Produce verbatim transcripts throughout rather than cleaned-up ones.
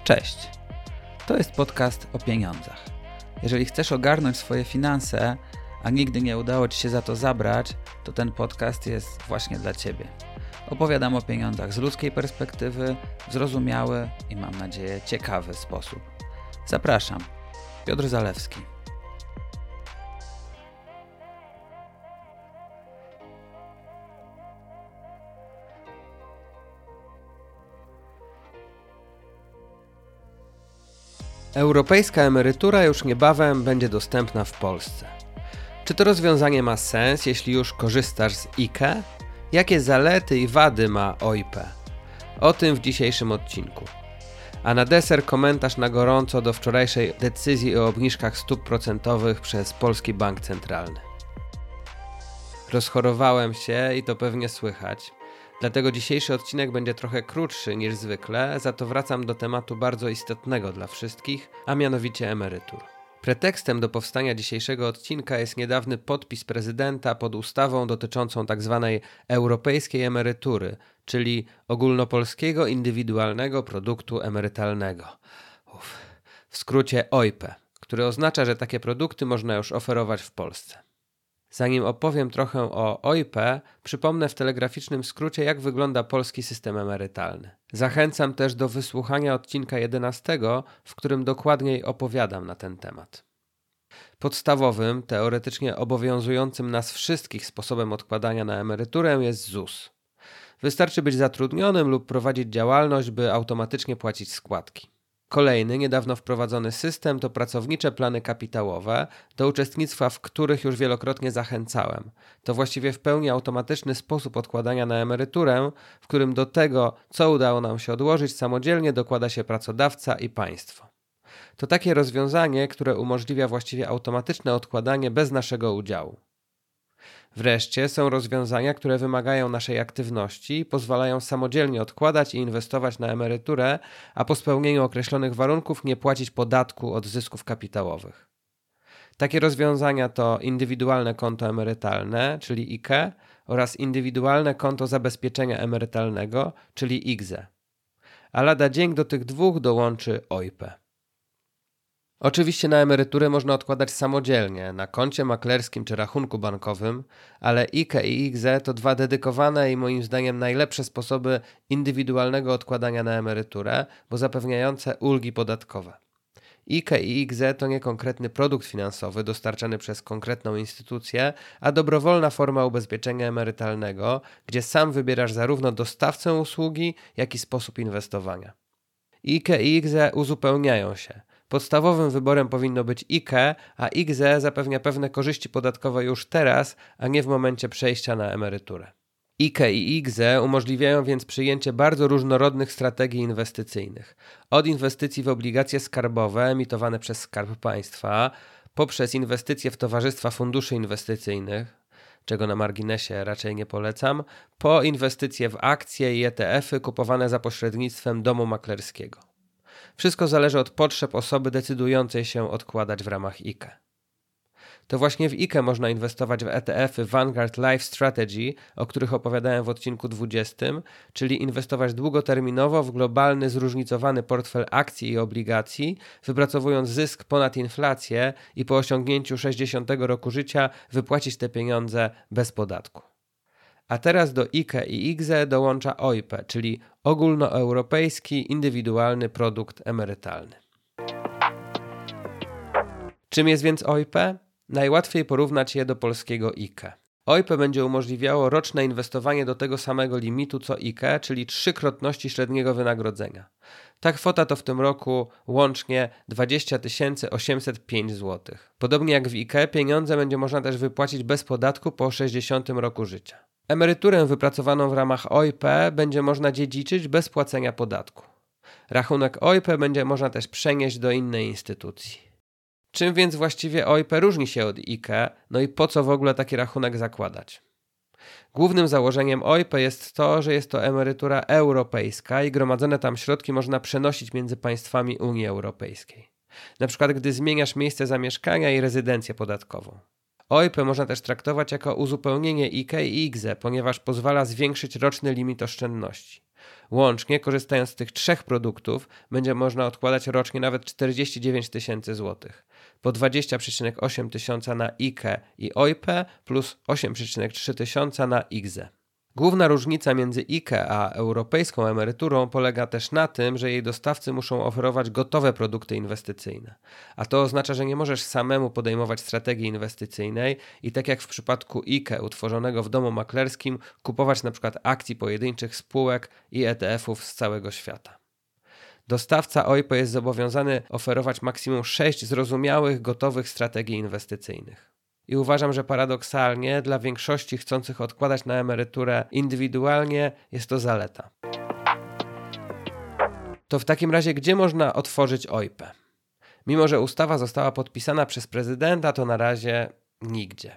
Cześć, to jest podcast o pieniądzach. Jeżeli chcesz ogarnąć swoje finanse, a nigdy nie udało Ci się za to zabrać, to ten podcast jest właśnie dla Ciebie. Opowiadam o pieniądzach z ludzkiej perspektywy, w zrozumiały i mam nadzieję ciekawy sposób. Zapraszam, Piotr Zalewski. Europejska emerytura już niebawem będzie dostępna w Polsce. Czy to rozwiązanie ma sens, jeśli już korzystasz z I K E? Jakie zalety i wady ma O I P? O tym w dzisiejszym odcinku. A na deser komentarz na gorąco do wczorajszej decyzji o obniżkach stóp procentowych przez Polski Bank Centralny. Rozchorowałem się i to pewnie słychać. Dlatego dzisiejszy odcinek będzie trochę krótszy niż zwykle, za to wracam do tematu bardzo istotnego dla wszystkich, a mianowicie emerytur. Pretekstem do powstania dzisiejszego odcinka jest niedawny podpis prezydenta pod ustawą dotyczącą tzw. europejskiej emerytury, czyli ogólnopolskiego indywidualnego produktu emerytalnego. Uf. W skrócie O I P, który oznacza, że takie produkty można już oferować w Polsce. Zanim opowiem trochę o O I P, przypomnę w telegraficznym skrócie, jak wygląda polski system emerytalny. Zachęcam też do wysłuchania odcinka jedenastego, w którym dokładniej opowiadam na ten temat. Podstawowym, teoretycznie obowiązującym nas wszystkich sposobem odkładania na emeryturę jest Z U S. Wystarczy być zatrudnionym lub prowadzić działalność, by automatycznie płacić składki. Kolejny, niedawno wprowadzony system to pracownicze plany kapitałowe, do uczestnictwa w których już wielokrotnie zachęcałem. To właściwie w pełni automatyczny sposób odkładania na emeryturę, w którym do tego, co udało nam się odłożyć samodzielnie, dokłada się pracodawca i państwo. To takie rozwiązanie, które umożliwia właściwie automatyczne odkładanie bez naszego udziału. Wreszcie są rozwiązania, które wymagają naszej aktywności i pozwalają samodzielnie odkładać i inwestować na emeryturę, a po spełnieniu określonych warunków nie płacić podatku od zysków kapitałowych. Takie rozwiązania to indywidualne konto emerytalne, czyli I K E, oraz indywidualne konto zabezpieczenia emerytalnego, czyli I K Z E. A lada dzień do tych dwóch dołączy O I P. Oczywiście na emeryturę można odkładać samodzielnie, na koncie maklerskim czy rachunku bankowym, ale I K E i I K Z E to dwa dedykowane i moim zdaniem najlepsze sposoby indywidualnego odkładania na emeryturę, bo zapewniające ulgi podatkowe. I K E i I K Z E to nie konkretny produkt finansowy dostarczany przez konkretną instytucję, a dobrowolna forma ubezpieczenia emerytalnego, gdzie sam wybierasz zarówno dostawcę usługi, jak i sposób inwestowania. I K E i I K Z E uzupełniają się. Podstawowym wyborem powinno być I K E, a I K Z E zapewnia pewne korzyści podatkowe już teraz, a nie w momencie przejścia na emeryturę. I K E i I K Z E umożliwiają więc przyjęcie bardzo różnorodnych strategii inwestycyjnych. Od inwestycji w obligacje skarbowe emitowane przez Skarb Państwa, poprzez inwestycje w towarzystwa funduszy inwestycyjnych, czego na marginesie raczej nie polecam, po inwestycje w akcje i E T F y kupowane za pośrednictwem domu maklerskiego. Wszystko zależy od potrzeb osoby decydującej się odkładać w ramach I K E. To właśnie w I K E można inwestować w E T F y Vanguard Life Strategy, o których opowiadałem w odcinku dwudziestym, czyli inwestować długoterminowo w globalny, zróżnicowany portfel akcji i obligacji, wypracowując zysk ponad inflację i po osiągnięciu sześćdziesiątego roku życia wypłacić te pieniądze bez podatku. A teraz do I K E i I K Z E dołącza O I P, czyli ogólnoeuropejski indywidualny produkt emerytalny. Czym jest więc O I P? Najłatwiej porównać je do polskiego I K E. O I P będzie umożliwiało roczne inwestowanie do tego samego limitu co I K E, czyli trzykrotności średniego wynagrodzenia. Ta kwota to w tym roku łącznie dwadzieścia tysięcy osiemset pięć złotych. Podobnie jak w I K E, pieniądze będzie można też wypłacić bez podatku po sześćdziesiątym roku życia. Emeryturę wypracowaną w ramach O I P będzie można dziedziczyć bez płacenia podatku. Rachunek O I P będzie można też przenieść do innej instytucji. Czym więc właściwie O I P różni się od I K E, no i po co w ogóle taki rachunek zakładać? Głównym założeniem O I P jest to, że jest to emerytura europejska i gromadzone tam środki można przenosić między państwami Unii Europejskiej. Na przykład gdy zmieniasz miejsce zamieszkania i rezydencję podatkową. O I P można też traktować jako uzupełnienie I K E i I K Z E, ponieważ pozwala zwiększyć roczny limit oszczędności. Łącznie, korzystając z tych trzech produktów, będzie można odkładać rocznie nawet czterdzieści dziewięć tysięcy złotych. Po dwadzieścia przecinek osiem tysiąca na I K E i O I P E plus osiem przecinek trzy tysiąca na I K Z E. Główna różnica między I K E a europejską emeryturą polega też na tym, że jej dostawcy muszą oferować gotowe produkty inwestycyjne. A to oznacza, że nie możesz samemu podejmować strategii inwestycyjnej i tak jak w przypadku I K E utworzonego w domu maklerskim kupować na przykład akcji pojedynczych spółek i E T F-ów z całego świata. Dostawca O I P E jest zobowiązany oferować maksimum sześć zrozumiałych, gotowych strategii inwestycyjnych. I uważam, że paradoksalnie dla większości chcących odkładać na emeryturę indywidualnie jest to zaleta. To w takim razie gdzie można otworzyć O I P E? Mimo że ustawa została podpisana przez prezydenta, to na razie nigdzie.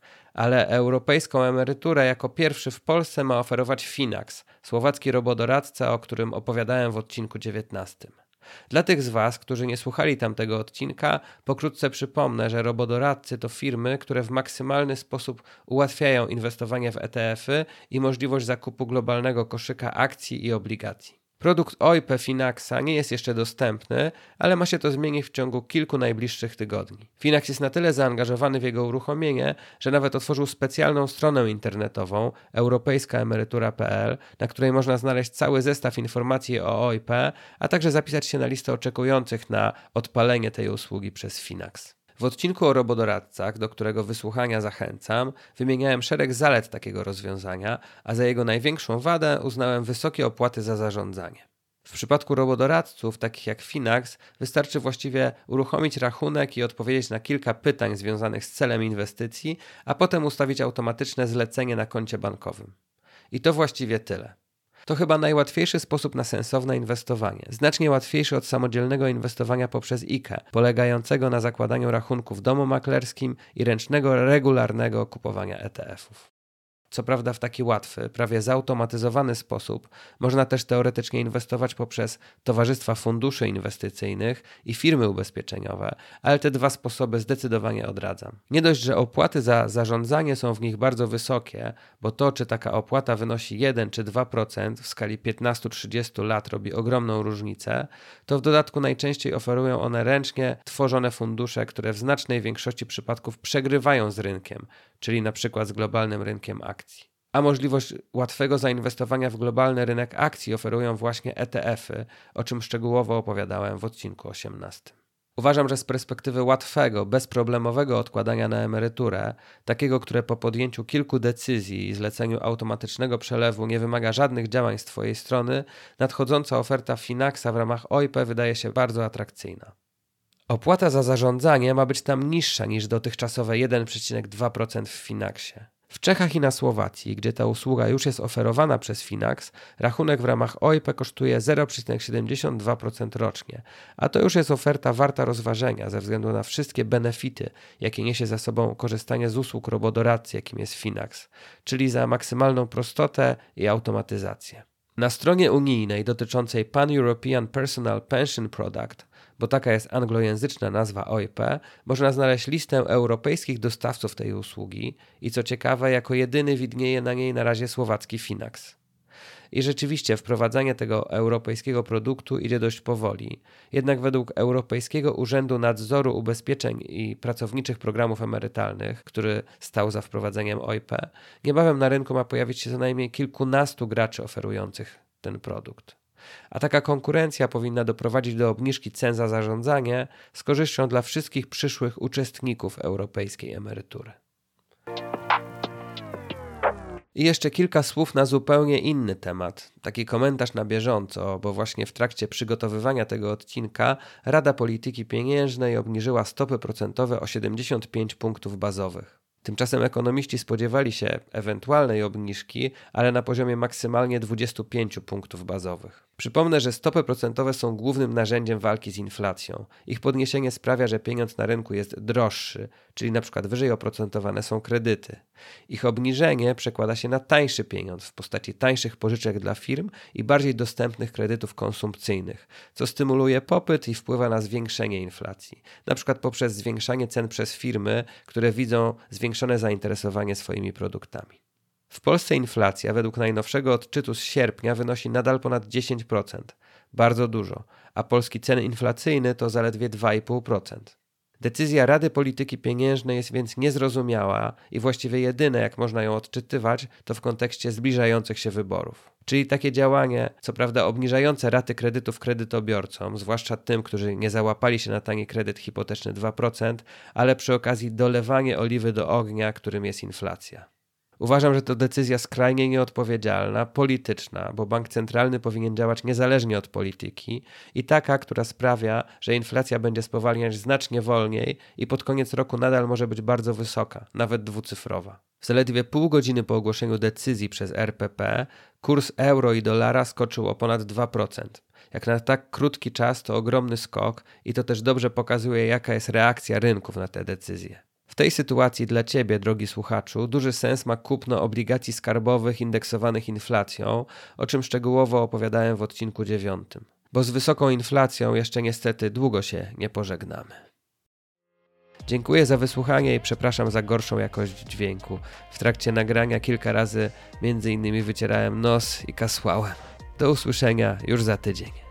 Ale europejską emeryturę jako pierwszy w Polsce ma oferować Finax, słowacki robodoradca, o którym opowiadałem w odcinku dziewiętnastym. Dla tych z Was, którzy nie słuchali tamtego odcinka, pokrótce przypomnę, że robodoradcy to firmy, które w maksymalny sposób ułatwiają inwestowanie w E T F-y i możliwość zakupu globalnego koszyka akcji i obligacji. Produkt O I P E Finaxa nie jest jeszcze dostępny, ale ma się to zmienić w ciągu kilku najbliższych tygodni. Finax jest na tyle zaangażowany w jego uruchomienie, że nawet otworzył specjalną stronę internetową europejska emerytura kropka p l, na której można znaleźć cały zestaw informacji o O I P E, a także zapisać się na listę oczekujących na odpalenie tej usługi przez Finax. W odcinku o robodoradcach, do którego wysłuchania zachęcam, wymieniałem szereg zalet takiego rozwiązania, a za jego największą wadę uznałem wysokie opłaty za zarządzanie. W przypadku robodoradców, takich jak Finax, wystarczy właściwie uruchomić rachunek i odpowiedzieć na kilka pytań związanych z celem inwestycji, a potem ustawić automatyczne zlecenie na koncie bankowym. I to właściwie tyle. To chyba najłatwiejszy sposób na sensowne inwestowanie, znacznie łatwiejszy od samodzielnego inwestowania poprzez I K E, polegającego na zakładaniu rachunku w domu maklerskim i ręcznego, regularnego kupowania E T F-ów. Co prawda w taki łatwy, prawie zautomatyzowany sposób można też teoretycznie inwestować poprzez towarzystwa funduszy inwestycyjnych i firmy ubezpieczeniowe, ale te dwa sposoby zdecydowanie odradzam. Nie dość, że opłaty za zarządzanie są w nich bardzo wysokie, bo to, czy taka opłata wynosi jeden czy dwa procent w skali piętnaście do trzydziestu lat robi ogromną różnicę, to w dodatku najczęściej oferują one ręcznie tworzone fundusze, które w znacznej większości przypadków przegrywają z rynkiem, czyli na przykład z globalnym rynkiem akcji. A możliwość łatwego zainwestowania w globalny rynek akcji oferują właśnie E T F-y, o czym szczegółowo opowiadałem w odcinku osiemnastym. Uważam, że z perspektywy łatwego, bezproblemowego odkładania na emeryturę, takiego, które po podjęciu kilku decyzji i zleceniu automatycznego przelewu nie wymaga żadnych działań z Twojej strony, nadchodząca oferta Finaxa w ramach O I P E wydaje się bardzo atrakcyjna. Opłata za zarządzanie ma być tam niższa niż dotychczasowe jeden przecinek dwa procent w Finaxie. W Czechach i na Słowacji, gdzie ta usługa już jest oferowana przez Finax, rachunek w ramach O I P E kosztuje zero przecinek siedemdziesiąt dwa procent rocznie, a to już jest oferta warta rozważenia ze względu na wszystkie benefity, jakie niesie za sobą korzystanie z usług robodoradcy, jakim jest Finax, czyli za maksymalną prostotę i automatyzację. Na stronie unijnej dotyczącej Pan-European Personal Pension Product, bo taka jest anglojęzyczna nazwa O I P E, można znaleźć listę europejskich dostawców tej usługi i co ciekawe, jako jedyny widnieje na niej na razie słowacki Finax. I rzeczywiście wprowadzanie tego europejskiego produktu idzie dość powoli, jednak według Europejskiego Urzędu Nadzoru Ubezpieczeń i Pracowniczych Programów Emerytalnych, który stał za wprowadzeniem O I P E, niebawem na rynku ma pojawić się co najmniej kilkunastu graczy oferujących ten produkt. A taka konkurencja powinna doprowadzić do obniżki cen za zarządzanie z korzyścią dla wszystkich przyszłych uczestników europejskiej emerytury. I jeszcze kilka słów na zupełnie inny temat, taki komentarz na bieżąco, bo właśnie w trakcie przygotowywania tego odcinka Rada Polityki Pieniężnej obniżyła stopy procentowe o siedemdziesiąt pięć punktów bazowych. Tymczasem ekonomiści spodziewali się ewentualnej obniżki, ale na poziomie maksymalnie dwudziestu pięciu punktów bazowych. Przypomnę, że stopy procentowe są głównym narzędziem walki z inflacją. Ich podniesienie sprawia, że pieniądz na rynku jest droższy, czyli na przykład wyżej oprocentowane są kredyty. Ich obniżenie przekłada się na tańszy pieniądz w postaci tańszych pożyczek dla firm i bardziej dostępnych kredytów konsumpcyjnych, co stymuluje popyt i wpływa na zwiększenie inflacji, na przykład poprzez zwiększanie cen przez firmy, które widzą zwiększone zainteresowanie swoimi produktami. W Polsce inflacja według najnowszego odczytu z sierpnia wynosi nadal ponad dziesięć procent. Bardzo dużo, a polski cen inflacyjny to zaledwie dwa i pół procent. Decyzja Rady Polityki Pieniężnej jest więc niezrozumiała i właściwie jedyne, jak można ją odczytywać, to w kontekście zbliżających się wyborów. Czyli takie działanie, co prawda obniżające raty kredytów kredytobiorcom, zwłaszcza tym, którzy nie załapali się na tani kredyt hipoteczny dwa procent, ale przy okazji dolewanie oliwy do ognia, którym jest inflacja. Uważam, że to decyzja skrajnie nieodpowiedzialna, polityczna, bo bank centralny powinien działać niezależnie od polityki i taka, która sprawia, że inflacja będzie spowalniać znacznie wolniej i pod koniec roku nadal może być bardzo wysoka, nawet dwucyfrowa. W zaledwie pół godziny po ogłoszeniu decyzji przez R P P kurs euro i dolara skoczył o ponad dwa procent. Jak na tak krótki czas to ogromny skok i to też dobrze pokazuje, jaka jest reakcja rynków na te decyzje. W tej sytuacji dla Ciebie, drogi słuchaczu, duży sens ma kupno obligacji skarbowych indeksowanych inflacją, o czym szczegółowo opowiadałem w odcinku dziewiątym. Bo z wysoką inflacją jeszcze niestety długo się nie pożegnamy. Dziękuję za wysłuchanie i przepraszam za gorszą jakość dźwięku. W trakcie nagrania kilka razy między innymi wycierałem nos i kasłałem. Do usłyszenia już za tydzień.